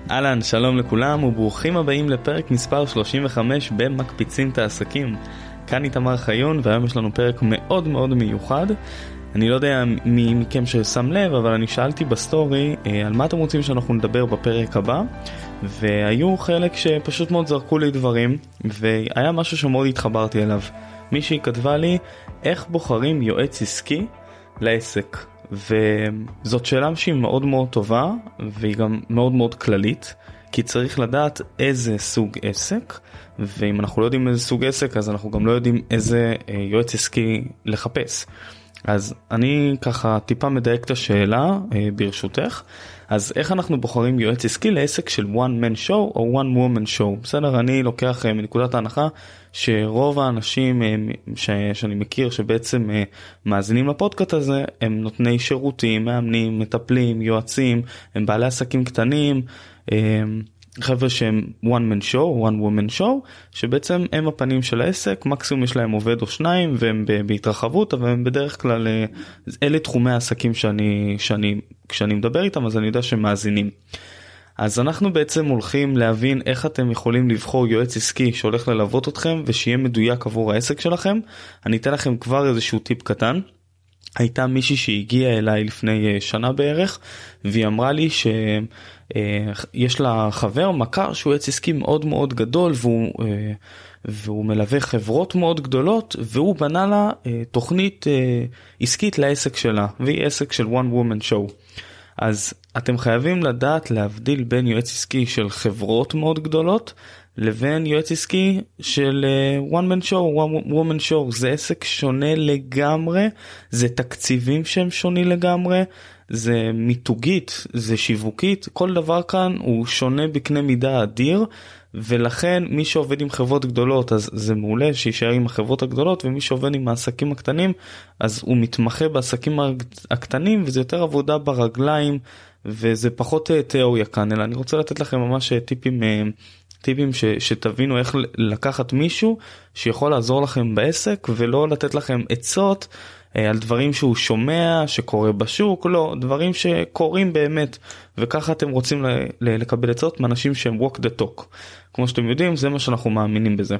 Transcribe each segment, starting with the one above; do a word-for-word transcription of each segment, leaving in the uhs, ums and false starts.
אהלן, שלום לכולם וברוכים הבאים לפרק מספר שלושים וחמש במקפיצים את העסקים. כאן איתמר חיון, והיום יש לנו פרק מאוד מאוד מיוחד. אני לא יודע מי מכם ששם לב, אבל אני שאלתי בסטורי על מה אתם רוצים שאנחנו נדבר בפרק הבא, והיו חלק שפשוט מאוד זרקו לי דברים, והיה משהו שמאוד התחברתי אליו. מישהי כתבה לי איך בוחרים יועץ עסקי לעסק, וזאת שאלה שהיא מאוד מאוד טובה, והיא גם מאוד מאוד כללית, כי צריך לדעת איזה סוג עסק, ואם אנחנו לא יודעים איזה סוג עסק, אז אנחנו גם לא יודעים איזה יועץ עסקי לחפש. אז אני ככה טיפה מדייק את השאלה ברשותך. אז איך אנחנו בוחרים יועץ עסקי לעסק של one man show או one woman show? בסדר, אני לוקח מנקודת ההנחה שרוב האנשים ש... שאני מכיר שבעצם מאזינים לפודקאסט הזה הם נותני שירותים, מאמנים, מטפלים, יועצים, הם בעלי עסקים קטנים, חבר'ה שהם one man show, one woman show, שבעצם הם הפנים של העסק, מקסימום יש להם עובד או שניים, והם בהתרחבות, אבל הם בדרך כלל, אלה תחומי העסקים שאני, שאני, כשאני מדבר איתם, אז אני יודע שהם מאזינים. אז אנחנו בעצם הולכים להבין איך אתם יכולים לבחור יועץ עסקי שהולך ללוות אתכם, ושיהיה מדויק עבור העסק שלכם. אני אתן לכם כבר איזשהו טיפ קטן. הייתה מישהי שהגיעה אליי לפני שנה בערך, והיא אמרה לי שיש לה חבר מכר שהוא יועץ עסקי מאוד מאוד גדול, והוא, והוא מלווה חברות מאוד גדולות, והוא בנה לה תוכנית עסקית לעסק שלה, והיא עסק של one woman show. אז אתם חייבים לדעת להבדיל בין יועץ עסקי של חברות מאוד גדולות, לבין יועץ עסקי של one man show, one woman show. זה עסק שונה לגמרי, זה תקציבים שהם שונים לגמרי, זה מיתוגית, זה שיווקית, כל דבר כאן הוא שונה בקנה מידה אדיר, ולכן מי שעובד עם חברות גדולות אז זה מעולה שישאר עם החברות הגדולות, ומי שעובד עם העסקים הקטנים אז הוא מתמחה בעסקים הקטנים, וזה יותר עבודה ברגליים, וזה פחות תיאוריה כאן, אלא אני רוצה לתת לכם ממש טיפים טיפים ש, שתבינו איך לקחת מישהו שיכול לעזור לכם בעסק, ולא לתת לכם עצות אה, על דברים שהוא שומע שקורה בשוק, לא, דברים שקורים באמת, וככה אתם רוצים ל, ל, לקבל עצות מאנשים שהם walk the talk. כמו שאתם יודעים, זה מה שאנחנו מאמינים בזה.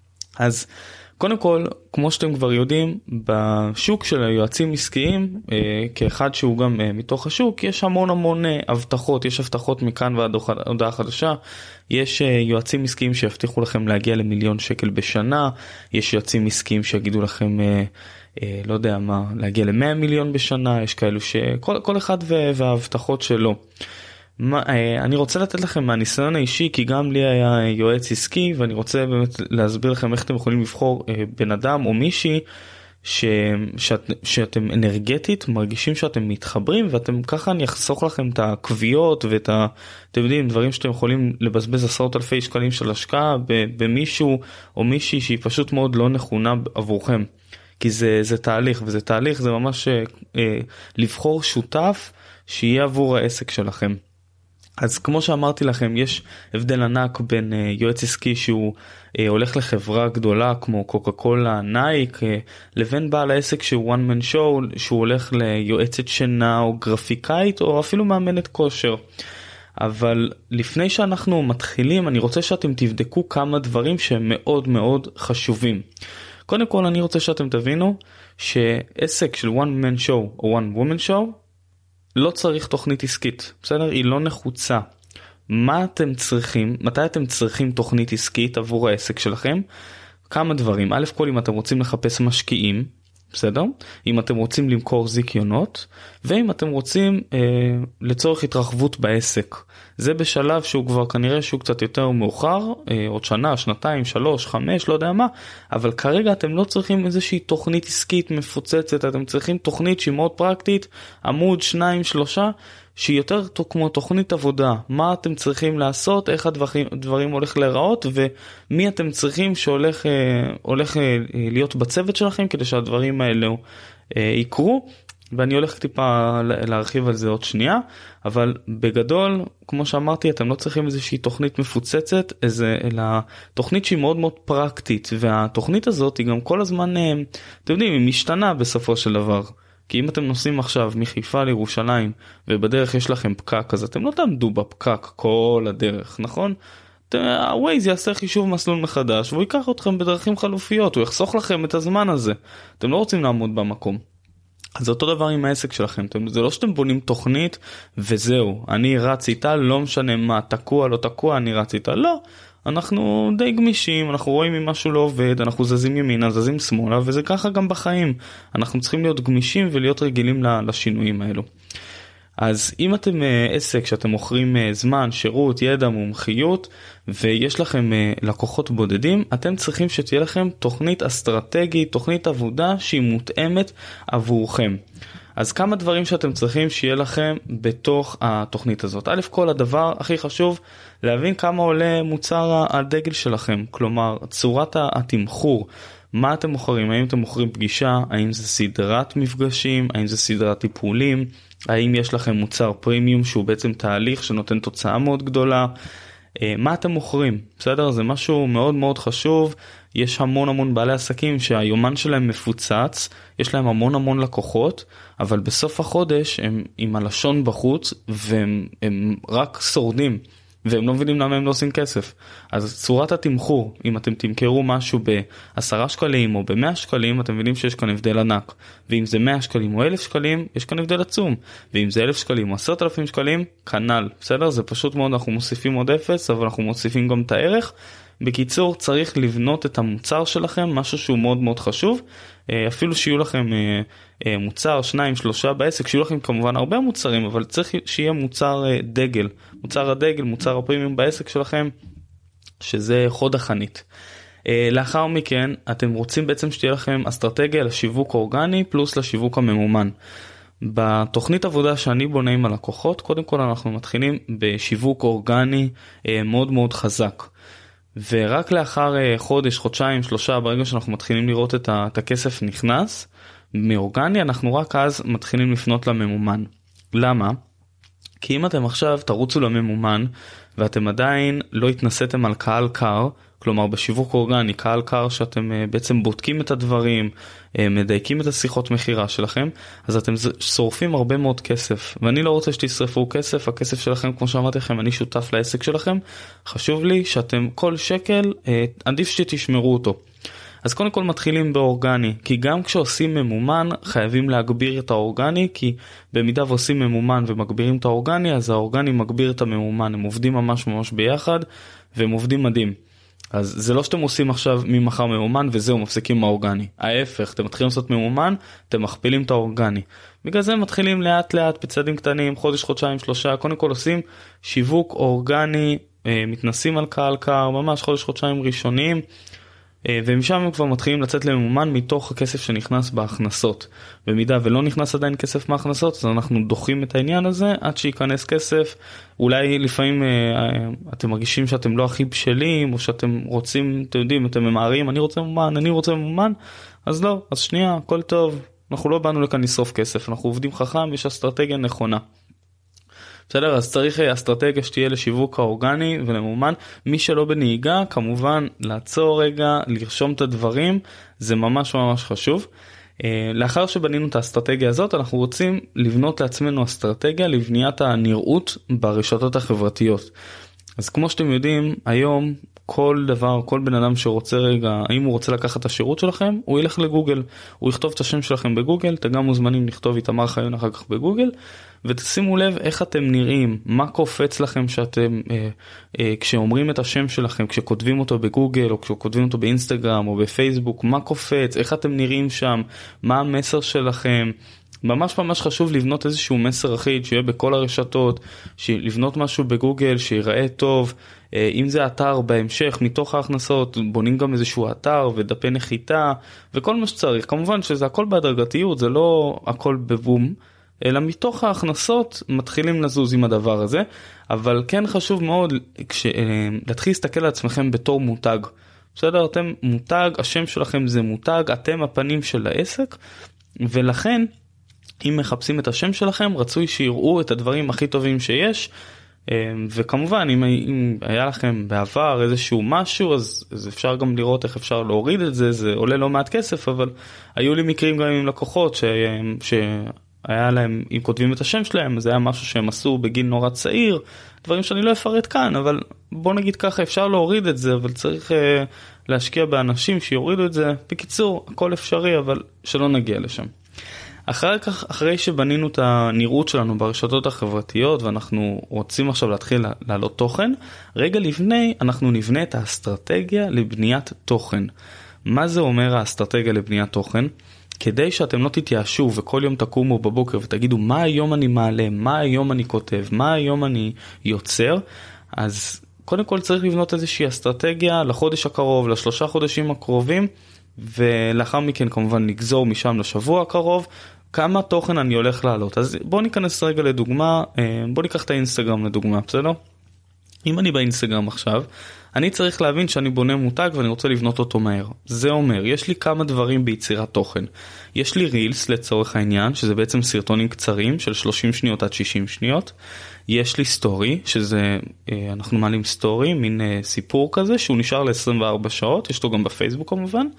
אז קודם כל, כמו שאתם כבר יודעים, בשוק של היועצים עסקיים, אה, כאחד שהוא גם אה, מתוך השוק, יש המון המון אה, הבטחות, יש הבטחות מכאן ועד הודעה חדשה, יש אה, יועצים עסקיים שיבטיחו לכם להגיע למיליון שקל בשנה, יש יועצים עסקיים שיגידו לכם, אה, אה, לא יודע מה, להגיע למאה מיליון בשנה, יש כאלו שכל כל אחד וההבטחות שלו. מה, אני רוצה לתת לכם מהניסיון האישי, כי גם לי היה יועץ עסקי, ואני רוצה באמת להסביר לכם איך אתם יכולים לבחור בן אדם או מישהי ש, שאת, שאתם אנרגטית מרגישים שאתם מתחברים, ואתם ככה אני אחסוך לכם את הקביעות ואת ה, אתם יודעים, דברים שאתם יכולים לבזבז עשרות אלפי שקלים של השקעה במישהו או מישהי שהיא פשוט מאוד לא נכונה עבורכם, כי זה, זה תהליך, וזה תהליך, זה ממש אה, לבחור שותף שיהיה עבור העסק שלכם. אז כמו שאמרתי לכם, יש הבדל ענק בין uh, יועץ עסקי שהוא uh, הולך לחברה גדולה כמו קוקה קולה, נייק, uh, לבין בעל העסק שהוא one man show, שהוא הולך ליועצת שינה או גרפיקאית או אפילו מאמנת כושר. אבל לפני שאנחנו מתחילים, אני רוצה שאתם תבדקו כמה דברים שהם מאוד מאוד חשובים. קודם כל אני רוצה שאתם תבינו שעסק של one man show או one woman show לא צריך תוכנית עסקית, בסדר? היא לא נחוצה. מה אתם צריכים, מתי אתם צריכים תוכנית עסקית עבור העסק שלכם? כמה דברים. א' כל, אם אתם רוצים לחפש משקיעים, בסדר? אם אתם רוצים למכור זיכיונות, ואם אתם רוצים אה, לצורך התרחבות בעסק. זה בשלב שהוא כבר כנראה שהוא קצת יותר מאוחר, אה, עוד שנה, שנתיים, שלוש, חמש, לא יודע מה, אבל כרגע אתם לא צריכים איזושהי תוכנית עסקית מפוצצת, אתם צריכים תוכנית שהיא מאוד פרקטית, עמוד, שניים, שלושה, שהיא יותר כמו תוכנית עבודה. מה אתם צריכים לעשות, איך הדברים, הדברים הולך להיראות, ומי אתם צריכים שהולך אה, הולך, אה, להיות בצוות שלכם, כדי שהדברים האלה אה, יקרו. ואני הולך טיפה להרחיב על זה עוד שנייה, אבל בגדול, כמו שאמרתי, אתם לא צריכים איזושהי תוכנית מפוצצת, איזה, אלא תוכנית שהיא מאוד מאוד פרקטית, והתוכנית הזאת היא גם כל הזמן, אתם יודעים, היא משתנה בסופו של דבר. כי אם אתם נוסעים עכשיו מחיפה לירושלים ובדרך יש לכם פקק, אז אתם לא תעמדו בפקק כל הדרך, נכון? הווייז יעשה חישוב מסלול מחדש והוא ייקח אתכם בדרכים חלופיות, הוא יחסוך לכם את הזמן הזה. אתם לא רוצים לעמוד במקום. אז זה אותו דבר עם העסק שלכם. זה לא שאתם בונים תוכנית וזהו, אני רץ איתה, לא משנה מה, תקוע לא תקוע, אני רץ איתה. לא, אנחנו די גמישים, אנחנו רואים אם משהו לא עובד, אנחנו זזים ימינה, זזים שמאלה, וזה ככה גם בחיים. אנחנו צריכים להיות גמישים ולהיות רגילים לשינויים האלו. אז אם אתם עסק שאתם מוכרים זמן, שירות, ידע, מומחיות, ויש לכם לקוחות בודדים, אתם צריכים שתהיה לכם תוכנית אסטרטגית, תוכנית עבודה שהיא מותאמת עבורכם. אז כמה דברים שאתם צריכים שיהיה לכם בתוך התוכנית הזאת. א' כל הדבר הכי חשוב, להבין כמה עולה מוצר הדגל שלכם, כלומר צורת התמחור. מה אתם מוכרים? האם אתם מוכרים פגישה? האם זה סדרת מפגשים? האם זה סדרת טיפולים? האם יש לכם מוצר פרימיום שהוא בעצם תהליך שנותן תוצאה מאוד גדולה? מה אתם מוכרים? בסדר? זה משהו מאוד מאוד חשוב. יש המון המון בעלי עסקים שהיומן שלהם מפוצץ, יש להם המון המון לקוחות, אבל בסוף החודש הם עם הלשון בחוץ והם הם רק שורדים. והם לא מבינים למה הם לא עושים כסף. אז צורת התמחור, אם אתם תמכרו משהו בעשרה שקלים או במאה שקלים, אתם מבינים שיש כאן הבדל ענק. ואם זה מאה שקלים או אלף שקלים, יש כאן הבדל עצום. ואם זה אלף שקלים או עשרת אלפים שקלים, כנ"ל. בסדר? זה פשוט מאוד, אנחנו מוסיפים עוד אפס, אבל אנחנו מוסיפים גם את הערך. בקיצור, צריך לבנות את המוצר שלכם, משהו שהוא מאוד מאוד חשוב. אפילו שיהיו לכם מוצר, שניים, שלושה בעסק, שיהיו לכם כמובן הרבה מוצרים, אבל צריך שיהיה מוצר דגל. מוצר הדגל, מוצר הפרימיום בעסק שלכם, שזה חוד החנית. לאחר מכן, אתם רוצים בעצם שתהיה לכם אסטרטגיה לשיווק אורגני, פלוס לשיווק הממומן. בתוכנית עבודה שאני בונה עם הלקוחות, קודם כל אנחנו מתחילים בשיווק אורגני מאוד מאוד חזק. ורק לאחר חודש, חודשיים, שלושה, ברגע שאנחנו מתחילים לראות את, ה, את הכסף נכנס מאורגני, אנחנו רק אז מתחילים לפנות לממומן. למה? כי אם אתם עכשיו תרוצו לממומן, ואתם עדיין לא התנסיתם על קהל קר, כלומר בשיווק אורגני, קהל קר שאתם בעצם בודקים את הדברים, מדייקים את השיחות מחירה שלכם, אז אתם שורפים הרבה מאוד כסף. ואני לא רוצה שתשרפו כסף, הכסף שלכם, כמו שאמרתי לכם, אני שותף לעסק שלכם. חשוב לי שאתם כל שקל, עדיף שתשמרו אותו. אז קודם כל מתחילים באורגני, כי גם כשעושים ממומן חייבים להגביר את האורגני, כי במידה ועושים ממומן ומגבירים את האורגני, אז האורגני מגביר את הממומן. הם עובדים ממש ממש ביחד, והם עובדים מדהים. אז זה לא שאתם עושים עכשיו ממחר ממומן וזהו, מפסיקים מהאורגני. ההפך, אתם מתחילים לעשות ממומן, אתם מכפילים את האורגני. בגלל זה מתחילים לאט לאט בצעדים קטנים, חודש, חודשיים, שלושה, קודם כל עושים שיווק אורגני, מתנסים על קהל קר, ממש חודש, חודשיים ראשונים, ומשם הם כבר מתחילים לצאת לממומן מתוך הכסף שנכנס בהכנסות. במידה ולא נכנס עדיין כסף מההכנסות, אז אנחנו דוחים את העניין הזה עד שיכנס כסף. אולי לפעמים אתם מרגישים שאתם לא הכי בשלים, או שאתם רוצים, אתם יודעים, אתם ממהרים, אני רוצה ממומן, אני רוצה ממומן, אז לא, אז שנייה, הכל טוב. אנחנו לא באנו לכאן לשרוף כסף, אנחנו עובדים חכם, יש אסטרטגיה נכונה. בסדר, אז צריך אסטרטגיה שתהיה לשיווק האורגני ולמומן. מי שלא בנהיגה, כמובן לעצור רגע, לרשום את הדברים, זה ממש ממש חשוב. לאחר שבנינו את האסטרטגיה הזאת, אנחנו רוצים לבנות לעצמנו אסטרטגיה לבניית הנראות ברשתות החברתיות. אז כמו שאתם יודעים, היום כל דבר, כל בן אדם שרוצה רגע, האם הוא רוצה לקחת את השירות שלכם, הוא ילך לגוגל, הוא יכתוב את השם שלכם בגוגל, אתם גם מוזמנים לכתוב איתמר חיון אחר כך בגוגל, ותשימו לב איך אתם נראים, מה קופץ לכם שאתם, אה, אה, כשאומרים את השם שלכם, כשכותבים אותו בגוגל, או כשכותבים אותו באינסטגרם או בפייסבוק, מה קופץ, איך אתם נראים שם, מה המסר שלכם. ממש ממש חשוב לבנות איזשהו מסר אחיד שיהיה בכל הרשתות, לבנות משהו בגוגל שיראה טוב. אם זה אתר בהמשך מתוך ההכנסות, בונים גם איזשהו אתר ודפי נחיתה וכל מה שצריך. כמובן שזה הכל בהדרגתיות, זה לא הכל בבום, אלא מתוך ההכנסות מתחילים לזוז עם הדבר הזה. אבל כן חשוב מאוד כש... להתחיל להסתכל על עצמכם בתור מותג. בסדר? אתם מותג, השם שלכם זה מותג, אתם הפנים של העסק, ולכן אם מחפשים את השם שלכם, רצוי שיראו את הדברים הכי טובים שיש, וכמובן אם, אם היה לכם בעבר איזשהו משהו, אז, אז אפשר גם לראות איך אפשר להוריד את זה, זה עולה לא מעט כסף, אבל היו לי מקרים גם עם לקוחות ש, שהיה להם, אם כותבים את השם שלהם, זה היה משהו שהם עשו בגיל נורא צעיר, דברים שאני לא אפרט כאן, אבל בוא נגיד ככה, אפשר להוריד את זה, אבל צריך uh, להשקיע באנשים שיורידו את זה. בקיצור, הכל אפשרי, אבל שלא נגיע לשם. אחרי כך, אחרי שבנינו את הנראות שלנו ברשתות החברתיות, ואנחנו רוצים עכשיו להתחיל לעלות תוכן, רגע לפני אנחנו נבנה את האסטרטגיה לבניית תוכן. מה זה אומר האסטרטגיה לבניית תוכן? כדי שאתם לא תתייאשו וכל יום תקומו בבוקר ותגידו מה היום אני מעלה, מה היום אני כותב, מה היום אני יוצר, אז קודם כל צריך לבנות איזושהי אסטרטגיה לחודש הקרוב, לשלושה חודשים הקרובים, ולאחר מכן כמובן נגזור משם לשבוע הקרוב, כמה תוכן אני הולך לעלות. אז בואו ניכנס רגע לדוגמה, בואו ניקח את האינסטגרם לדוגמה, בסדר? אם אני באינסטגרם עכשיו, אני צריך להבין שאני בונה מותג ואני רוצה לבנות אותו מהר. זה אומר, יש לי כמה דברים ביצירת תוכן. יש לי רילס לצורך העניין, שזה בעצם סרטונים קצרים של שלושים שניות עד שישים שניות. יש לי סטורי, שזה, אנחנו מעלים סטורי, מין סיפור כזה, שהוא נשאר ל-עשרים וארבע שעות, יש לו גם בפייסבוק כמובן.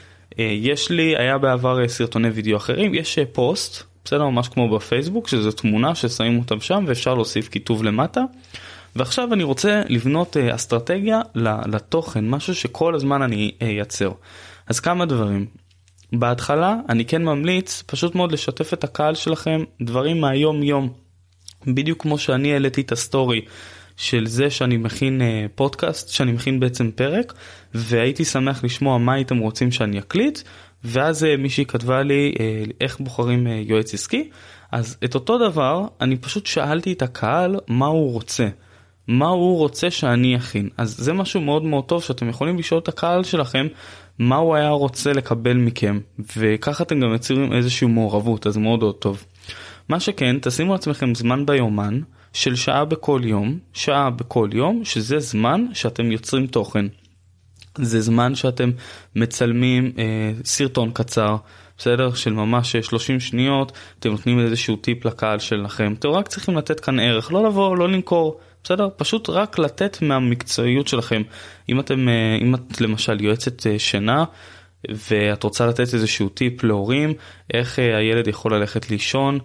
יש לי, היה בעבר סרטוני וידאו אחרים, יש פוסט, בסדר, ממש כמו בפייסבוק, שזו תמונה ששמים אותם שם ואפשר להוסיף כיתוב למטה. ועכשיו אני רוצה לבנות אסטרטגיה לתוכן, משהו שכל הזמן אני אייצר. אז כמה דברים. בהתחלה אני כן ממליץ פשוט מאוד לשתף את הקהל שלכם דברים מהיום יום. בדיוק כמו שאני העליתי את הסטורי של זה שאני מכין פודקאסט, שאני מכין בעצם פרק, והייתי שמח לשמוע מה הייתם רוצים שאני אקליט, ואז מישהי כתבה לי איך בוחרים יועץ עסקי. אז את אותו דבר אני פשוט שאלתי את הקהל מה הוא רוצה. מה הוא רוצה שאני אכין. אז זה משהו מאוד מאוד טוב שאתם יכולים לשאול את הקהל שלכם מה הוא היה רוצה לקבל מכם, וככה אתם גם יוצרים איזושהי מעורבות, אז מאוד מאוד טוב. מה שכן, תשימו לעצמכם זמן ביומן של שעה בכל יום, שעה בכל יום, שזה זמן שאתם יוצרים תוכן. זה זמן שאתם מצלמים אה, סרטון קצר, בסדר? של ממש שלושים שניות, אתם נותנים איזשהו טיפ לקהל שלכם. אתם רק צריכים לתת כאן ערך, לא לבוא, לא למכור, בסדר? פשוט רק לתת מהמקצועיות שלכם. אם אתם, אם את למשל יועצת שינה, ואת רוצה לתת איזשהו טיפ להורים, איך הילד יכול ללכת לישון,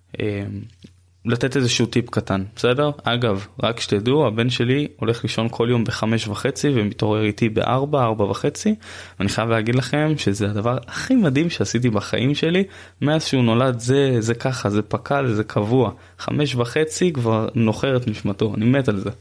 לתת איזשהו טיפ קטן, בסדר? אגב, רק שתדעו, הבן שלי הולך לישון כל יום בחמש וחצי, ומתעורר איתי בארבע, ארבע וחצי, ואני חייב להגיד לכם שזה הדבר הכי מדהים שעשיתי בחיים שלי, מאז שהוא נולד, זה, זה ככה, זה פקל, זה קבוע, חמש וחצי כבר נוחר את נשמתו, אני מת על זה.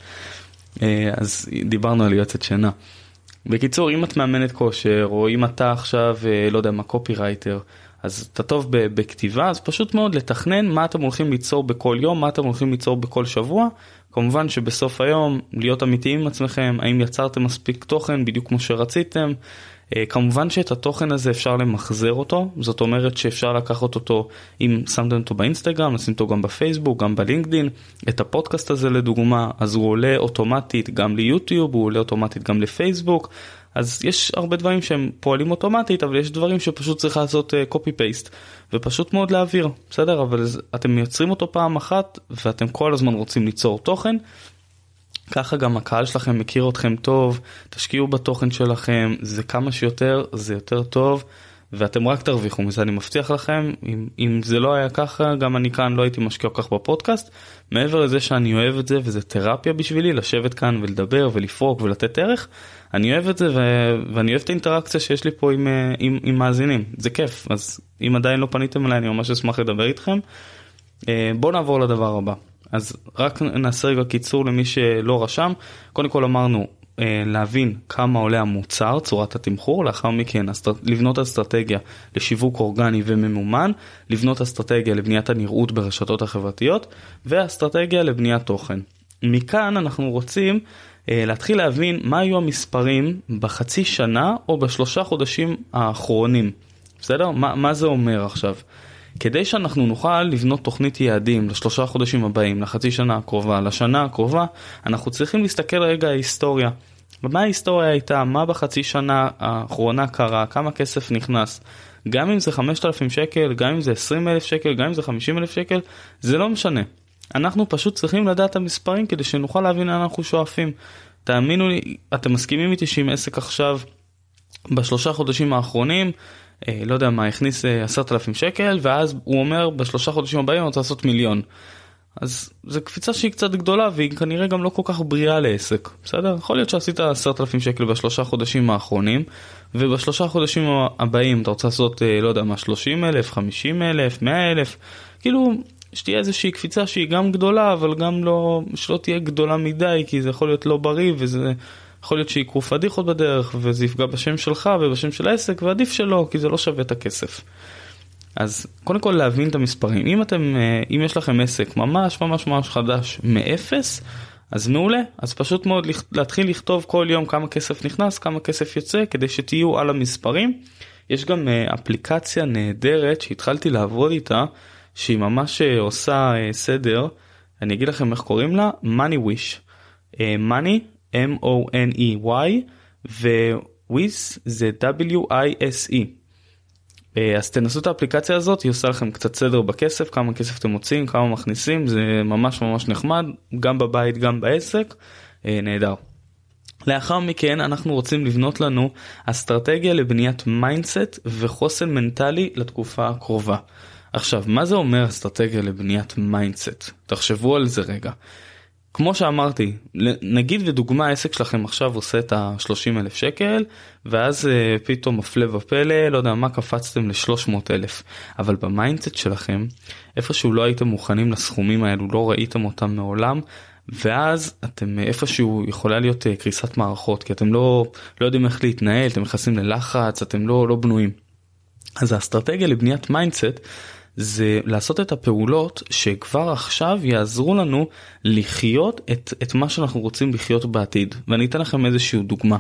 אז דיברנו על יועצת שינה. בקיצור, אם את מאמנת כושר, או אם אתה עכשיו, לא יודע מה, קופירייטר, אז אתה טוב בכתיבה, אז פשוט מאוד לתכנן מה אתם הולכים ליצור בכל יום, מה אתם הולכים ליצור בכל שבוע. כמובן שבסוף היום להיות אמיתיים עם עצמכם, האם יצרתם מספיק תוכן בדיוק כמו שרציתם. כמובן שאת התוכן הזה אפשר למחזר אותו, זאת אומרת שאפשר לקחת אותו, אם שמתם אותו באינסטגרם, לשים אותו גם בפייסבוק, גם בלינקדין. את הפודקאסט הזה לדוגמה, אז הוא עולה אוטומטית גם ליוטיוב, הוא עולה אוטומטית גם לפייסבוק. אז יש הרבה דברים שהם פועלים אוטומטית, אבל יש דברים שפשוט צריך לעשות קופי פייסט, ופשוט מאוד להעביר, בסדר? אבל אתם מייצרים אותו פעם אחת, ואתם כל הזמן רוצים ליצור תוכן, ככה גם הקהל שלכם מכיר אתכם טוב, תשקיעו בתוכן שלכם, זה כמה שיותר, זה יותר טוב, ואתם רק תרוויחו מזה, אני מבטיח לכם. אם, אם זה לא היה ככה, גם אני כאן לא הייתי משקיע כך בפודקאסט, מעבר לזה שאני אוהב את זה, וזה תרפיה בשבילי, לשבת כאן ולדבר ולפרוק ולתת ערך, אני אוהב את זה, ו- ואני אוהב את האינטראקציה שיש לי פה עם, עם, עם מאזינים, זה כיף. אז אם עדיין לא פניתם אליי, אני ממש אשמח לדבר איתכם. בואו נעבור לדבר הבא. אז רק נעשה רגע קיצור למי שלא רשם. קודם כל אמרנו, להבין כמה עולה המוצר, צורת התמחור, לאחר מכן לבנות אסטרטגיה לשיווק אורגני וממומן, לבנות אסטרטגיה לבניית הנראות ברשתות החברתיות, ואסטרטגיה לבניית תוכן. מכאן אנחנו רוצים להתחיל להבין מה היו המספרים בחצי שנה או בשלושה חודשים האחרונים. בסדר? מה, מה זה אומר עכשיו? כדי שאנחנו נוכל לבנות תוכנית יעדים לשלושה חודשים הבאים, לחצי שנה הקרובה, לשנה הקרובה, אנחנו צריכים להסתכל רגע ההיסטוריה. ומה ההיסטוריה הייתה? מה בחצי שנה האחרונה קרה? כמה כסף נכנס? גם אם זה חמשת אלפים שקל, גם אם זה עשרים אלף שקל, גם אם זה חמישים אלף שקל, זה לא משנה. אנחנו פשוט צריכים לדעת את המספרים כדי שנוכל להבין לאן אנחנו שואפים. תאמינו לי, אתם מסכימים איתי שאם עסק עכשיו בשלושה חודשים האחרונים, אה, לא יודע מה, הכניס אה, עשרת אלפים שקל, ואז הוא אומר בשלושה חודשים הבאים הוא רוצה לעשות מיליון. אז זו קפיצה שהיא קצת גדולה, והיא כנראה גם לא כל כך בריאה לעסק. בסדר? יכול להיות שעשית עשרת אלפים שקל בשלושה חודשים האחרונים, ובשלושה חודשים הבאים אתה רוצה לעשות, אה, לא יודע מה, שלושים אלף, חמישים אלף, מאה אלף, כאילו, שתהיה איזושהי קפיצה שהיא גם גדולה, אבל גם לא, שלא תהיה גדולה מדי, כי זה יכול להיות לא בריא, וזה יכול להיות שיקרו פדיחות בדרך, וזה יפגע בשם שלך ובשם של העסק, ועדיף שלא, כי זה לא שווה את הכסף. אז קודם כל להבין את המספרים. אם אתם, אם יש לכם עסק ממש ממש ממש חדש מאפס, אז מעולה. אז פשוט מאוד להתחיל לכתוב כל יום כמה כסף נכנס, כמה כסף יוצא, כדי שתהיו על המספרים. יש גם אפליקציה נהדרת שהתחלתי לעבוד איתה, שהיא ממש עושה סדר. אני אגיד לכם איך קוראים לה, MoneyWish. Money, M-O-N-E-Y, ו-Wish זה W-I-S-E. אז תנסו את האפליקציה הזאת, היא עושה לכם קצת סדר בכסף, כמה כסף אתם מוצאים, כמה מכניסים, זה ממש ממש נחמד, גם בבית, גם בעסק, נהדר. לאחר מכן אנחנו רוצים לבנות לנו אסטרטגיה לבניית מיינדסט וחוסן מנטלי לתקופה הקרובה. עכשיו, מה זה אומר אסטרטגיה לבניית מיינדסט? תחשבו על זה רגע. כמו שאמרתי, נגיד ודוגמה העסק שלכם עכשיו עושה את ה-שלושים אלף שקל, ואז פתאום מפלא ופלא, לא יודע מה, קפצתם ל-שלוש מאות אלף. אבל במיינדסט שלכם, איפשהו לא הייתם מוכנים לסכומים האלו, לא ראיתם אותם מעולם, ואז אתם איפשהו יכולה להיות קריסת מערכות, כי אתם לא, לא יודעים איך להתנהל, אתם נכנסים ללחץ, אתם לא, לא בנויים. אז האסטרטגיה לבניית מיינדסט, זה לעשות את הפעולות שכבר עכשיו יעזרו לנו לחיות את, את מה שאנחנו רוצים לחיות בעתיד. ואני אתן לכם איזושהי דוגמה.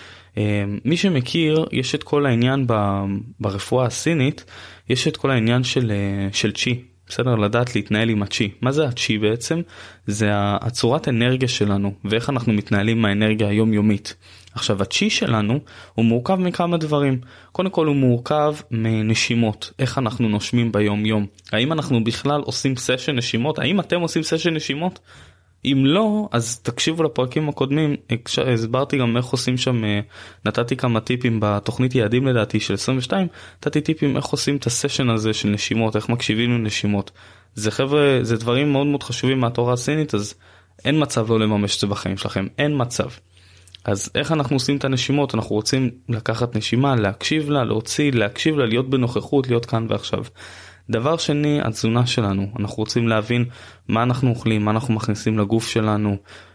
מי שמכיר, יש את כל העניין ברפואה הסינית, יש את כל העניין של, של צ'י. בסדר? לדעת להתנהל עם הצ'י. מה זה הצ'י בעצם? זה הצורת אנרגיה שלנו, ואיך אנחנו מתנהלים עם האנרגיה היומיומית. עכשיו, הצ'י שלנו הוא מורכב מכמה דברים. קודם כל הוא מורכב מנשימות, איך אנחנו נושמים ביום יום. האם אנחנו בכלל עושים סשן נשימות? האם אתם עושים סשן נשימות? אם לא, אז תקשיבו לפרקים הקודמים, הסברתי גם איך עושים שם, נתתי כמה טיפים בתוכנית יעדים לדעתי של עשרים ושתיים, נתתי טיפים איך עושים את הסשן הזה של נשימות, איך מקשיבים לנשימות. זה חבר'ה, זה דברים מאוד מאוד חשובים מהתורה הסינית, אז אין מצב לא לממש את זה בחיים שלכם, אין מצב. אז איך אנחנו עושים את הנשימות? אנחנו רוצים לקחת נשימה, להקשיב לה, להוציא, להקשיב לה, להיות בנוכחות, להיות כאן ועכשיו. דבר שני, התזונה שלנו. אנחנו רוצים להבין מה אנחנו אוכלים, מה אנחנו מכניסים לגוף שלנו,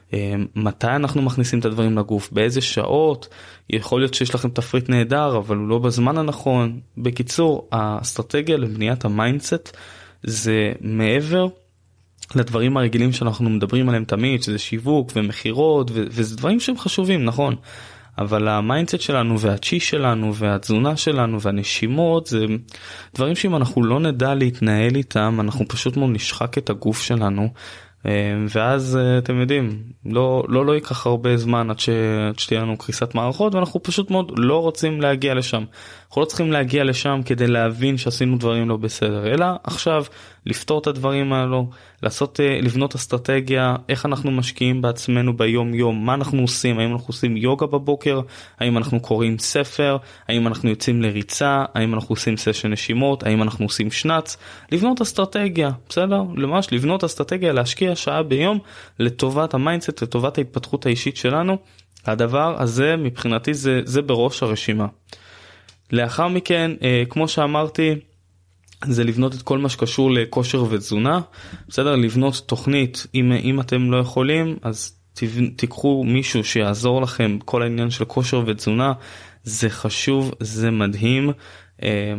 מתי אנחנו מכניסים את הדברים לגוף, באיזה שעות. יכול להיות שיש לכם תפריט נהדר, אבל הוא לא בזמן הנכון. בקיצור, האסטרטגיה לבניית המיינדסט זה מעבר לדברים הרגילים שאנחנו מדברים עליהם תמיד, שזה שיווק ומחירות, ו- וזה דברים שהם חשובים, נכון? אבל המיינדסט שלנו והצ'י שלנו והתזונה שלנו והנשימות זה דברים שאם אנחנו לא נדע להתנהל איתם, אנחנו פשוט מאוד נשחק את הגוף שלנו, ואז אתם יודעים, לא, לא, לא ייקח הרבה זמן עד, ש... עד שתהיה לנו קריסת מערכות, ואנחנו פשוט מאוד לא רוצים להגיע לשם. אנחנו לא צריכים להגיע לשם כדי להבין שעשינו דברים לא בסדר, אלא עכשיו לפתור את הדברים האלו, לעשות, לבנות אסטרטגיה, איך אנחנו משקיעים בעצמנו ביום יום, מה אנחנו עושים, האם אנחנו עושים יוגה בבוקר, האם אנחנו קוראים ספר, האם אנחנו יוצאים לריצה, האם אנחנו עושים סשן נשימות, האם אנחנו עושים שנץ, לבנות אסטרטגיה, בסדר? למש, לבנות אסטרטגיה, להשקיע שעה ביום לטובת המיינדסט, לטובת ההתפתחות האישית שלנו. הדבר הזה מבחינתי זה, זה בראש הרשימה. לאחר מכן, אה, כמו שאמרתי, זה לבנות את כל מה שקשור לכושר ותזונה. בסדר, לבנות תוכנית. אם, אם אתם לא יכולים, אז תיקחו מישהו שיעזור לכם כל העניין של כושר ותזונה. זה חשוב, זה מדהים. אה,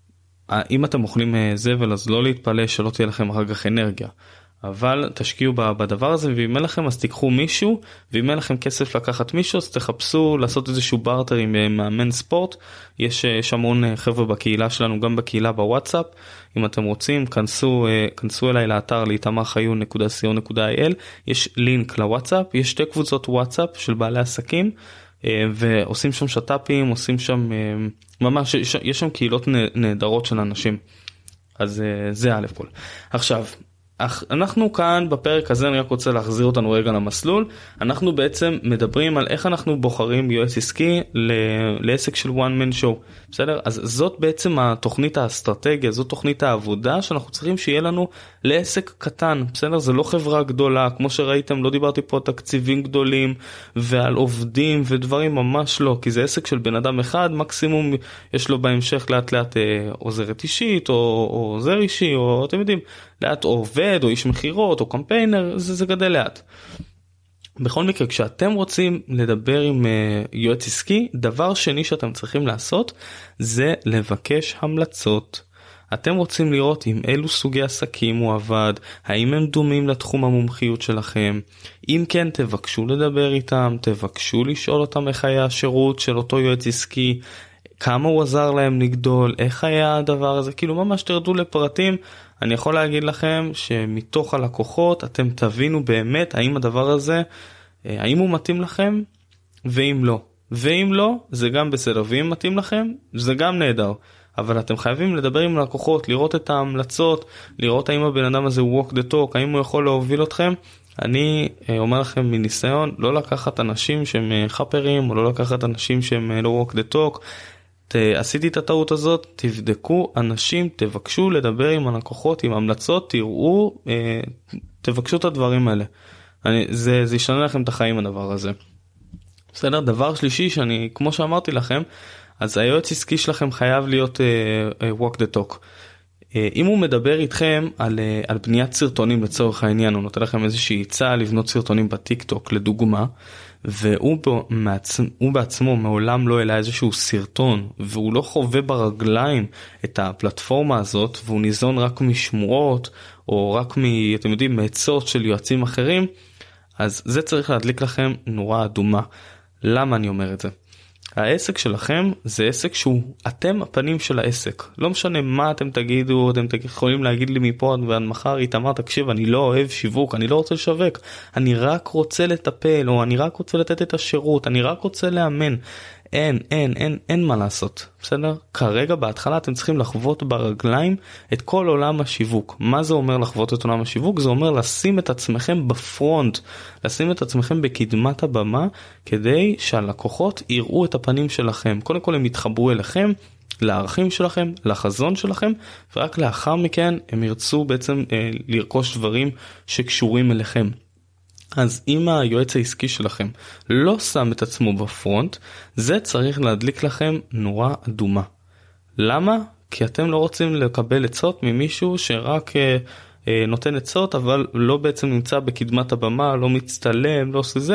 אם אתם אוכלים זבל, אז לא להתפלא שלא תהיה לכם אחר כך אנרגיה. אבל תשקיעו בדבר הזה, ואם אין לכם אז תיקחו מישהו, ואם אין לכם כסף לקחת מישהו אז תחפשו לעשות איזשהו בארטר עם מאמן ספורט. יש, יש המון חבר'ה בקהילה שלנו, גם בקהילה בוואטסאפ. אם אתם רוצים, כנסו, כנסו אליי לאתר לאיתמר חיון נקודה סי או נקודה איי אל, יש לינק לוואטסאפ, יש שתי קבוצות וואטסאפ של בעלי עסקים, ועושים שם שטאפים, עושים שם, ממש, יש שם קהילות נהדרות של אנשים. אז זה א' כל. עכשיו, אך אנחנו כאן בפרק הזה, אני רק רוצה להחזיר אותנו רגע למסלול. אנחנו בעצם מדברים על איך אנחנו בוחרים יועץ עסקי לעסק של one man show. בסדר? אז זאת בעצם התוכנית האסטרטגיה, זאת תוכנית העבודה שאנחנו צריכים שיהיה לנו לעסק קטן. בסדר? זה לא חברה גדולה, כמו שראיתם, לא דיברתי פה על תקציבים גדולים ועל עובדים ודברים, ממש לא, כי זה עסק של בן אדם אחד, מקסימום יש לו בהמשך לאט לאט עוזרת אישית או, או עוזר אישי, או אתם יודעים, לאט או עובד או איש מחירות או קמפיינר, זה, זה גדל לאט. בכל מקרה, כשאתם רוצים לדבר עם uh, יועץ עסקי, דבר שני שאתם צריכים לעשות זה לבקש המלצות. אתם רוצים לראות עם אילו סוגי עסקים הוא עבד, האם הם דומים לתחום המומחיות שלכם. אם כן, תבקשו לדבר איתם, תבקשו לשאול אותם איך היה השירות של אותו יועץ עסקי, כמה הוא עזר להם לגדול, איך היה הדבר הזה, כאילו ממש תרדו לפרטים. אני יכול להגיד לכם שמתוך הלקוחות אתם תבינו באמת האם הדבר הזה, האם הוא מתאים לכם, ואם לא. ואם לא, זה גם בסדר, ואם מתאים לכם, זה גם נהדר. אבל אתם חייבים לדבר עם לקוחות, לראות את ההמלצות, לראות האם הבן אדם הזה הוא walk the talk, האם הוא יכול להוביל אתכם. אני אומר לכם מניסיון, לא לקחת אנשים שהם חפרים, או לא לקחת אנשים שהם לא walk the talk. עשיתי את הטעות הזאת, תבדקו אנשים, תבקשו לדבר עם הלקוחות, עם המלצות, תראו, תבקשו את הדברים האלה. אני, זה, זה ישנה לכם את החיים הדבר הזה. בסדר, דבר שלישי שאני, כמו שאמרתי לכם, אז היועץ עסקי שלכם חייב להיות uh, uh, walk the talk. Uh, אם הוא מדבר איתכם על, uh, על בניית סרטונים לצורך העניין, הוא נותן לכם איזושהי עצה לבנות סרטונים בטיק טוק לדוגמה, והוא בעצמו, הוא בעצמו מעולם לא העלה איזשהו סרטון, והוא לא חווה ברגליים את הפלטפורמה הזאת, והוא ניזון רק משמועות, או רק מ, אתם יודעים, מעצות של יועצים אחרים, אז זה צריך להדליק לכם נורה אדומה. למה אני אומר את זה? העסק שלכם זה עסק שהוא, אתם הפנים של העסק. לא משנה מה אתם תגידו, אתם יכולים להגיד לי מפה ועד מחר, איתמר תקשיב, אני לא אוהב שיווק, אני לא רוצה לשווק, אני רק רוצה לטפל, או אני רק רוצה לתת את השירות, אני רק רוצה לאמן. אין, אין, אין, אין מה לעשות, בסדר? כרגע בהתחלה אתם צריכים לחוות ברגליים את כל עולם השיווק. מה זה אומר לחוות את עולם השיווק? זה אומר לשים את עצמכם בפרונט, לשים את עצמכם בקדמת הבמה, כדי שהלקוחות יראו את הפנים שלכם. קודם כל הם יתחברו אליכם, לערכים שלכם, לחזון שלכם, ורק לאחר מכן הם ירצו בעצם אה, לרכוש דברים שקשורים אליכם. אז אם היועץ העסקי שלכם לא שם את עצמו בפרונט, זה צריך להדליק לכם נורה אדומה. למה? כי אתם לא רוצים לקבל עצות ממישהו שרק אה, אה, נותן עצות, אבל לא בעצם נמצא בקדמת הבמה, לא מצטלם, לא עושה זה.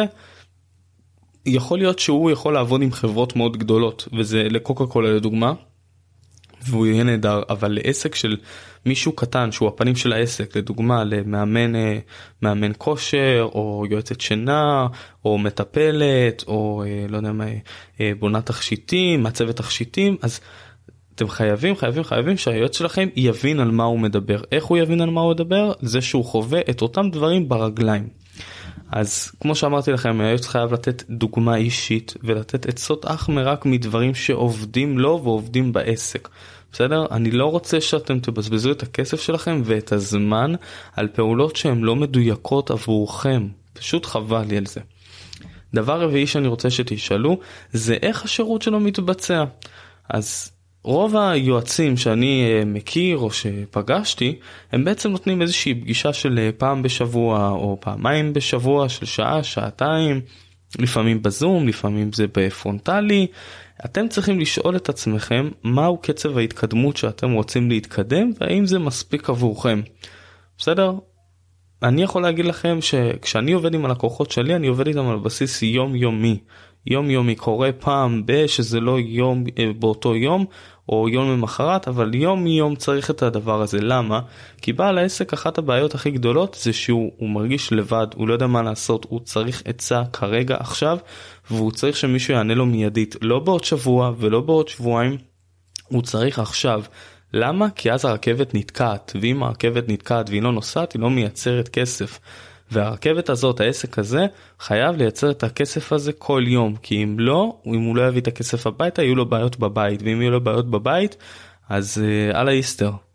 יכול להיות שהוא יכול לעבוד עם חברות מאוד גדולות, וזה לקוקה קולה לדוגמה, והוא יהיה נהדר, אבל לעסק של מישהו קטן שהוא הפנים של העסק, לדוגמה למאמן מאמן כושר או יועצת שינה או מטפלת או לא יודע מה, בונה תכשיטים, מעצבת תכשיטים, אז אתם חייבים חייבים חייבים שהיועץ שלכם יבין על מה הוא מדבר. איך הוא יבין על מה הוא מדבר? זה שהוא חווה את אותם דברים ברגליים. אז כמו שאמרתי לכם, היועץ חייב לתת דוגמה אישית ולתת עצות אך מרק מדברים שעובדים לו ועובדים בעסק. בסדר? אני לא רוצה שאתם תבזבזו את הכסף שלכם ואת הזמן על פעולות שהן לא מדויקות עבורכם. פשוט חבל לי על זה. דבר רביעי שאני רוצה שתשאלו, זה איך השירות שלו מתבצע. אז רוב היועצים שאני מכיר או שפגשתי, הם בעצם נותנים איזושהי פגישה של פעם בשבוע או פעמיים בשבוע של שעה, שעתיים, לפעמים בזום, לפעמים זה בפרונטלי. אתם צריכים לשאול את עצמכם מהו קצב ההתקדמות שאתם רוצים להתקדם, והאם זה מספיק עבורכם. בסדר? אני יכול להגיד לכם שכשאני עובד עם הלקוחות שלי, אני עובד איתם על בסיס יומיומי. יומיומי קורה פעם בשזה לא יום באותו יום או יום ממחרת, אבל יום יום צריך את הדבר הזה. למה? כי בעל העסק, אחת הבעיות הכי גדולות זה שהוא מרגיש לבד, הוא לא יודע מה לעשות, הוא צריך עצה כרגע עכשיו, והוא צריך שמישהו יענה לו מיידית, לא בעוד שבוע ולא בעוד שבועיים, הוא צריך עכשיו. למה? כי אז הרכבת נתקעת, ואם הרכבת נתקעת והיא לא נוסעת, היא לא מייצרת כסף. והרכבת הזאת, העסק הזה, חייב לייצר את הכסף הזה כל יום, כי אם לא, אם הוא לא יביא את הכסף הביתה, יהיו לו בעיות בבית, ואם יהיו לו בעיות בבית, אז uh, על האיסטר,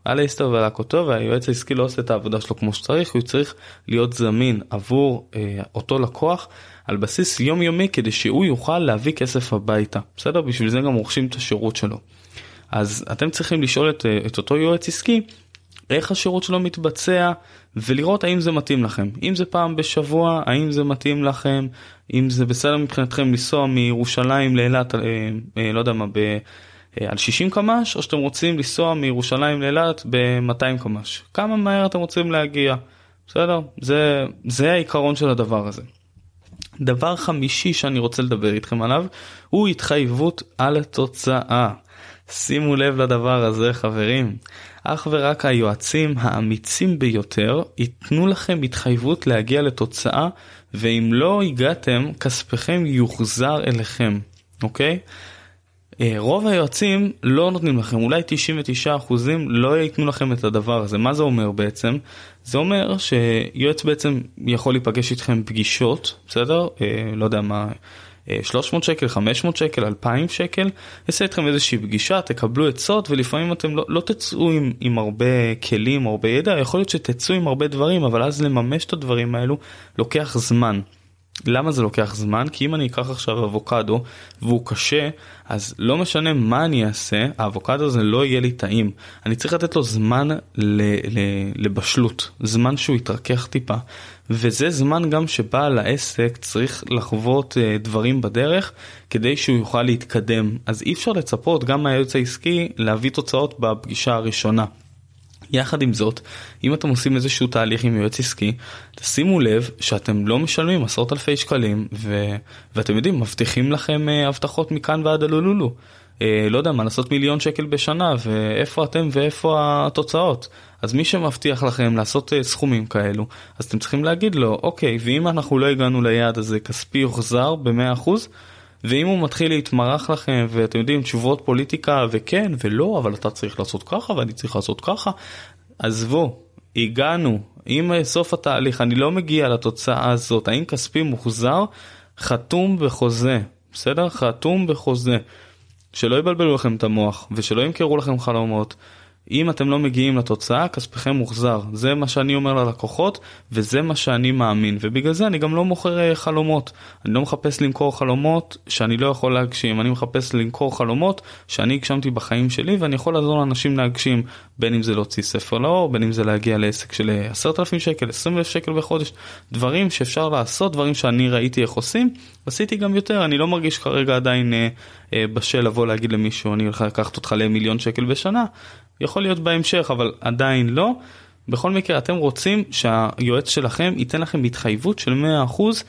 על להסתובב על הכותו, והיועץ העסקי לא עושה את העבודה שלו כמו שצריך, הוא צריך להיות זמין עבור אה, אותו לקוח על בסיס יומיומי, כדי שהוא יוכל להביא כסף הביתה. בסדר? בשביל זה גם רוכשים את השירות שלו. אז אתם צריכים לשאול את, את אותו יועץ עסקי, איך השירות שלו מתבצע, ולראות האם זה מתאים לכם. אם זה פעם בשבוע, האם זה מתאים לכם, אם זה בסדר מבחינתכם לנסוע מירושלים לאילת, אה, אה, לא יודע מה, ב... על שישים קמ"ש, או שאתם רוצים לנסוע מירושלים לאילת ב-מאתיים קמ"ש. כמה מהר אתם רוצים להגיע? בסדר? זה, זה העיקרון של הדבר הזה. דבר חמישי שאני רוצה לדבר איתכם עליו, הוא התחייבות על התוצאה. שימו לב לדבר הזה, חברים. אך ורק היועצים האמיצים ביותר ייתנו לכם התחייבות להגיע לתוצאה, ואם לא הגעתם, כספכם יוחזר אליכם. אוקיי? רוב היועצים לא נותנים לכם, אולי תשעים ותשעה אחוזים לא ייתנו לכם את הדבר הזה. מה זה אומר בעצם? זה אומר שיועץ בעצם יכול להיפגש איתכם פגישות, בסדר? לא יודע מה, שלוש מאות שקל, חמש מאות שקל, אלפיים שקל, יעשה איתכם איזושהי פגישה, תקבלו עצות, ולפעמים אתם לא, לא תצאו עם, עם הרבה כלים, הרבה ידע, יכול להיות שתצאו עם הרבה דברים, אבל אז לממש את הדברים האלו לוקח זמן. למה זה לוקח זמן? כי אם אני אקח עכשיו אבוקדו והוא קשה, אז לא משנה מה אני אעשה, האבוקדו הזה לא יהיה לי טעים. אני צריך לתת לו זמן ל- ל- לבשלות, זמן שהוא יתרכך טיפה, וזה זמן גם שבעל העסק צריך לחוות uh, דברים בדרך כדי שהוא יוכל להתקדם. אז אי אפשר לצפות גם מהיועץ העסקי להביא תוצאות בפגישה הראשונה. יחד עם זאת, אם אתם עושים איזשהו תהליך עם יועץ עסקי, תשימו לב שאתם לא משלמים עשרות אלפי שקלים, ו... ואתם יודעים, מבטיחים לכם uh, הבטחות מכאן ועד הלולולו. Uh, לא יודע מה, לעשות מיליון שקל בשנה, ואיפה אתם ואיפה התוצאות. אז מי שמבטיח לכם לעשות uh, סכומים כאלו, אז אתם צריכים להגיד לו, אוקיי, ואם אנחנו לא הגענו ליעד הזה, כספי יוחזר ב-מאה אחוז, ואם הוא מתחיל להתמרח לכם, ואתם יודעים, תשובות פוליטיקה, וכן ולא, אבל אתה צריך לעשות ככה, ואני צריך לעשות ככה, עזבו, הגענו, אם סוף התהליך, אני לא מגיע לתוצאה הזאת, האם כספי מוחזר, חתום בחוזה, בסדר? חתום בחוזה, שלא יבלבלו לכם את המוח, ושלא ימכרו לכם חלומות. אם אתם לא מגיעים לתוצאה, כספכם מוחזר. זה מה שאני אומר ללקוחות, וזה מה שאני מאמין. ובגלל זה אני גם לא מוכר חלומות. אני לא מחפש למכור חלומות שאני לא יכול להגשים. אני מחפש למכור חלומות שאני הגשמתי בחיים שלי, ואני יכול לעזור לאנשים להגשים, בין אם זה להוציא ספר לאור, בין אם זה להגיע לעסק של עשרת אלפים שקל, עשרים אלף שקל בחודש. דברים שאפשר לעשות, דברים שאני ראיתי איך עושים. עשיתי גם יותר. אני לא מרגיש כרגע עדיין אה, אה, בשל לבוא להגיד למישהו, אני הולך לקחת אותך למיליון שקל בשנה. יכול להיות בהמשך, אבל עדיין לא. בכל מקרה, אתם רוצים שהיועץ שלכם ייתן לכם התחייבות של מאה אחוז,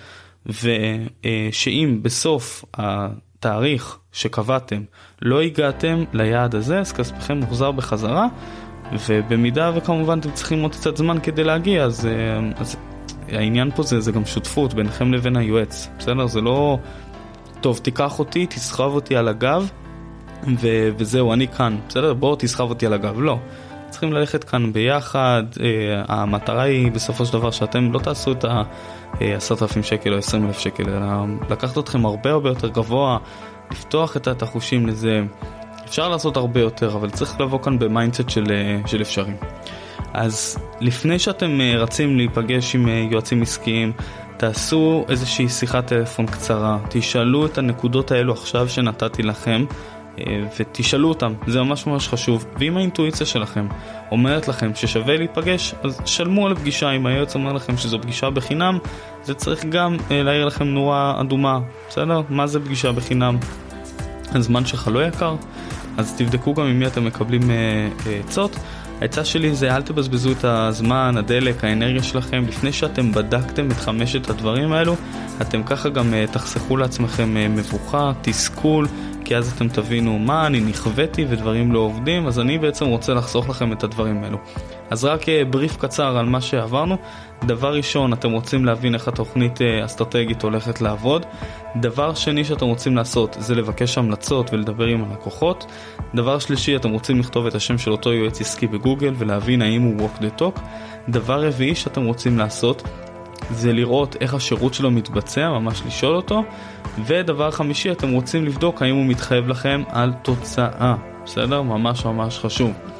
ושאם בסוף התאריך שקבעתם לא הגעתם ליעד הזה, אז כספכם מוחזר בחזרה, ובמידה וכמובן אתם צריכים עוד קצת זמן כדי להגיע, אז, אז העניין פה זה, זה גם שותפות ביניכם לבין היועץ. בסדר? זה לא, טוב, תיקח אותי, תסחב אותי על הגב, ו- וזהו, אני כאן, בסדר? בואו תסחב אותי על הגב. לא, צריכים ללכת כאן ביחד. uh, המטרה היא בסופו של דבר שאתם לא תעשו את ה-עשרת אלפים שקל או עשרים אלף שקל, אלא לקחת אתכם הרבה הרבה יותר גבוה, לפתוח את התחושים לזה. אפשר לעשות הרבה יותר, אבל צריך לבוא כאן במיינדסט של, של אפשרים. אז לפני שאתם רצים להיפגש עם יועצים עסקיים, תעשו איזושהי שיחת טלפון קצרה, תשאלו את הנקודות האלו עכשיו שנתתי לכם, ותשאלו אותם, זה ממש ממש חשוב. ואם האינטואיציה שלכם אומרת לכם ששווה להיפגש, אז שלמו על פגישה. אם היועץ אומר לכם שזו פגישה בחינם, זה צריך גם להעיר לכם נורה אדומה. בסדר? מה זה פגישה בחינם? הזמן שלך לא יקר, אז תבדקו גם עם מי אתם מקבלים עצות. העצה שלי זה אל תבזבזו את הזמן, הדלק, האנרגיה שלכם לפני שאתם בדקתם את חמשת הדברים האלו. אתם ככה גם תחסכו לעצמכם מבוכה, תסכול, כי אז אתם תבינו מה אני נכוויתי ודברים לא עובדים. אז אני בעצם רוצה לחסוך לכם את הדברים האלו. אז רק בריף קצר על מה שעברנו. דבר ראשון, אתם רוצים להבין איך התוכנית אסטרטגית הולכת לעבוד. דבר שני שאתם רוצים לעשות זה לבקש המלצות ולדבר עם הלקוחות. דבר שלישי, אתם רוצים לכתוב את השם של אותו יועץ עסקי בגוגל ולהבין האם הוא walk the talk. דבר רביעי שאתם רוצים לעשות זה לראות איך השירות שלו מתבצע, ממש לשאול אותו. ודבר חמישי, אתם רוצים לבדוק האם הוא מתחייב לכם על תוצאה. בסדר? ממש ממש חשוב.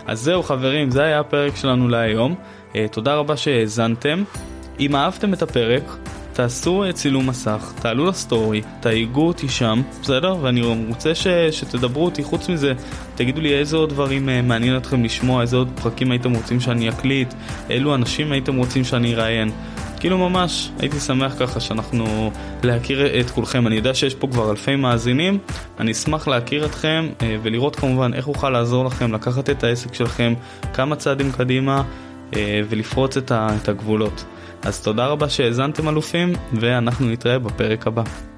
אז זהו חברים, זה היה הפרק שלנו להיום. תודה רבה שהאזנתם. אם אהבתם את הפרק, תעשו צילום מסך, תעלו לסטורי, תייגו אותי שם, בסדר? ואני רוצה ש, שתדברו אותי. חוץ מזה, תגידו לי איזה עוד דברים מעניין אתכם לשמוע, איזה עוד פרקים הייתם רוצים שאני אקליט, אילו אנשים הייתם רוצים שאני אראיין. כאילו ממש הייתי שמח ככה שאנחנו להכיר את כולכם. אני יודע שיש פה כבר אלפי מאזינים, אני אשמח להכיר אתכם ולראות כמובן איך אוכל לעזור לכם לקחת את העסק שלכם כמה צעדים קדימה ולפרוץ את הגבולות. אז תודה רבה שהאזנתם אלופים, ואנחנו נתראה בפרק הבא.